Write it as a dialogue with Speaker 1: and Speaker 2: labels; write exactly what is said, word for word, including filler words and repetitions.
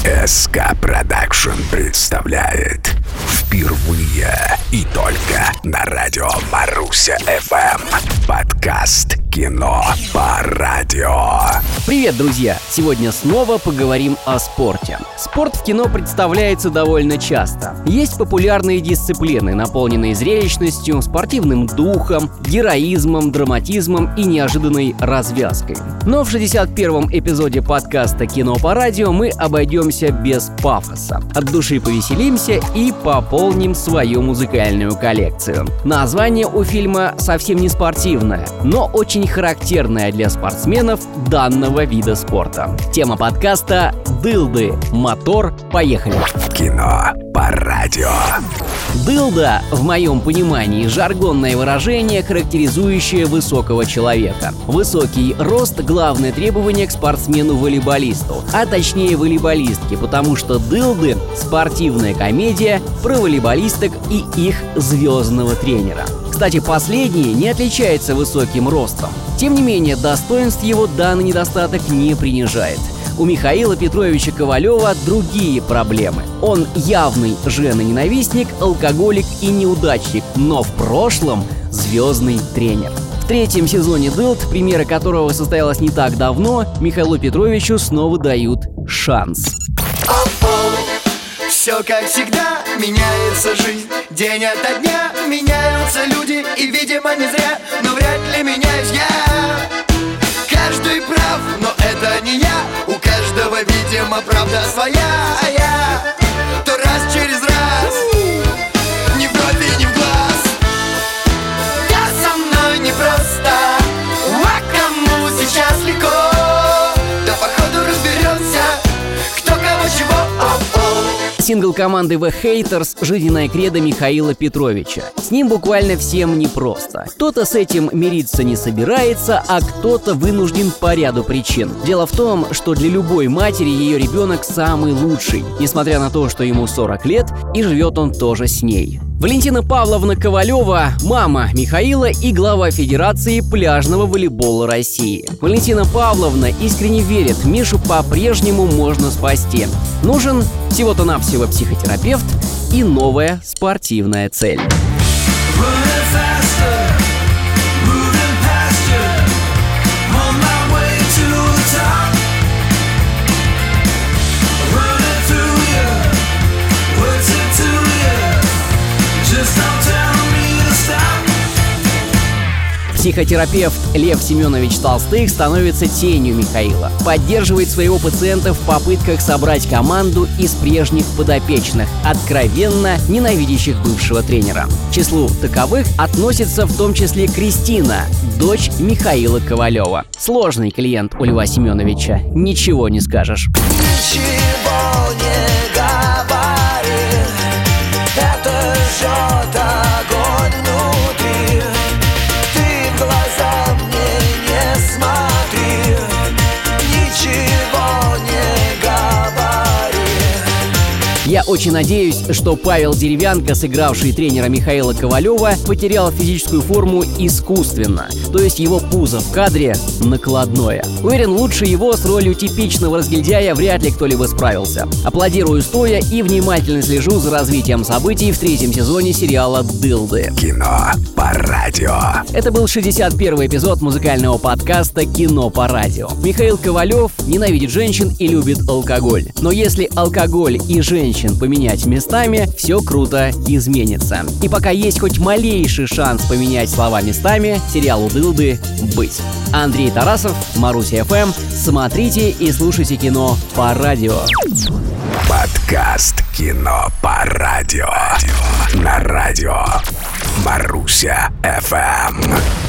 Speaker 1: эс ка Продакшн представляет впервые и только на радио Маруся эф эм подкаст «Кино по радио».
Speaker 2: Привет, друзья! Сегодня снова поговорим о спорте. Спорт в кино представляется довольно часто. Есть популярные дисциплины, наполненные зрелищностью, спортивным духом, героизмом, драматизмом и неожиданной развязкой. Но в шестьдесят первом эпизоде подкаста «Кино по радио» мы обойдемся без пафоса. От души повеселимся и пополним свою музыкальную коллекцию. Название у фильма совсем не спортивное, но очень характерное для спортсменов данного вида спорта. Тема подкаста «Дылды». Мотор, поехали!
Speaker 1: Кино по радио.
Speaker 2: Дылда, в моем понимании, жаргонное выражение, характеризующее высокого человека. Высокий рост – главное требование к спортсмену-волейболисту, а точнее волейболистке, потому что «Дылды» – спортивная комедия про волейболисток и их звездного тренера. Кстати, последний не отличается высоким ростом. Тем не менее, достоинств его данный недостаток не принижает. У Михаила Петровича Ковалева другие проблемы. Он явный женоненавистник, алкоголик и неудачник, но в прошлом звездный тренер. В третьем сезоне «Дылд», премьера которого состоялась не так давно, Михаилу Петровичу снова дают шанс.
Speaker 3: Все как всегда, меняется жизнь. День ото дня меняются люди. И, видимо, не зря, но вряд ли меняюсь я. Каждый прав, но это не я. У каждого, видимо, правда своя. А я то раз через раз, ни в бровь и ни в глаз. Да со мной непросто, а кому сейчас легко. Да походу разберемся, кто кого чего.
Speaker 2: Сингл команды The Haters – жизненная кредо Михаила Петровича. С ним буквально всем непросто. Кто-то с этим мириться не собирается, а кто-то вынужден по ряду причин. Дело в том, что для любой матери ее ребенок самый лучший, несмотря на то, что ему сорок лет, и живет он тоже с ней. Валентина Павловна Ковалева – мама Михаила и глава Федерации пляжного волейбола России. Валентина Павловна искренне верит, Мишу по-прежнему можно спасти. Нужен всего-то навсего психотерапевт и новая спортивная цель. Психотерапевт Лев Семенович Толстых становится тенью Михаила. Поддерживает своего пациента в попытках собрать команду из прежних подопечных, откровенно ненавидящих бывшего тренера. К числу таковых относится в том числе Кристина, дочь Михаила Ковалева. Сложный клиент у Льва Семеновича, ничего не скажешь.
Speaker 3: Ничего не говори, это жжет огонь внутри. Глаза мне не смотри, ничего не говори.
Speaker 2: Я очень надеюсь, что Павел Деревянко, сыгравший тренера Михаила Ковалева, потерял физическую форму искусственно, то есть его пузо в кадре накладное. Уверен, лучше его с ролью типичного разгильдяя вряд ли кто-либо справился. Аплодирую стоя и внимательно слежу за развитием событий в третьем сезоне сериала «Дылды».
Speaker 1: Кино по радио.
Speaker 2: Это был шестьдесят первый эпизод музыкального подкаста «Кино по радио». Михаил Ковалев ненавидит женщин и любит алкоголь. Но если алкоголь и женщин поменять местами, все круто изменится. И пока есть хоть малейший шанс поменять слова местами, сериалу «Дылды» быть. Андрей Тарасов, Маруся эф эм. Смотрите и слушайте кино по радио.
Speaker 1: Подкаст «Кино по радио» на радио Маруся эф эм.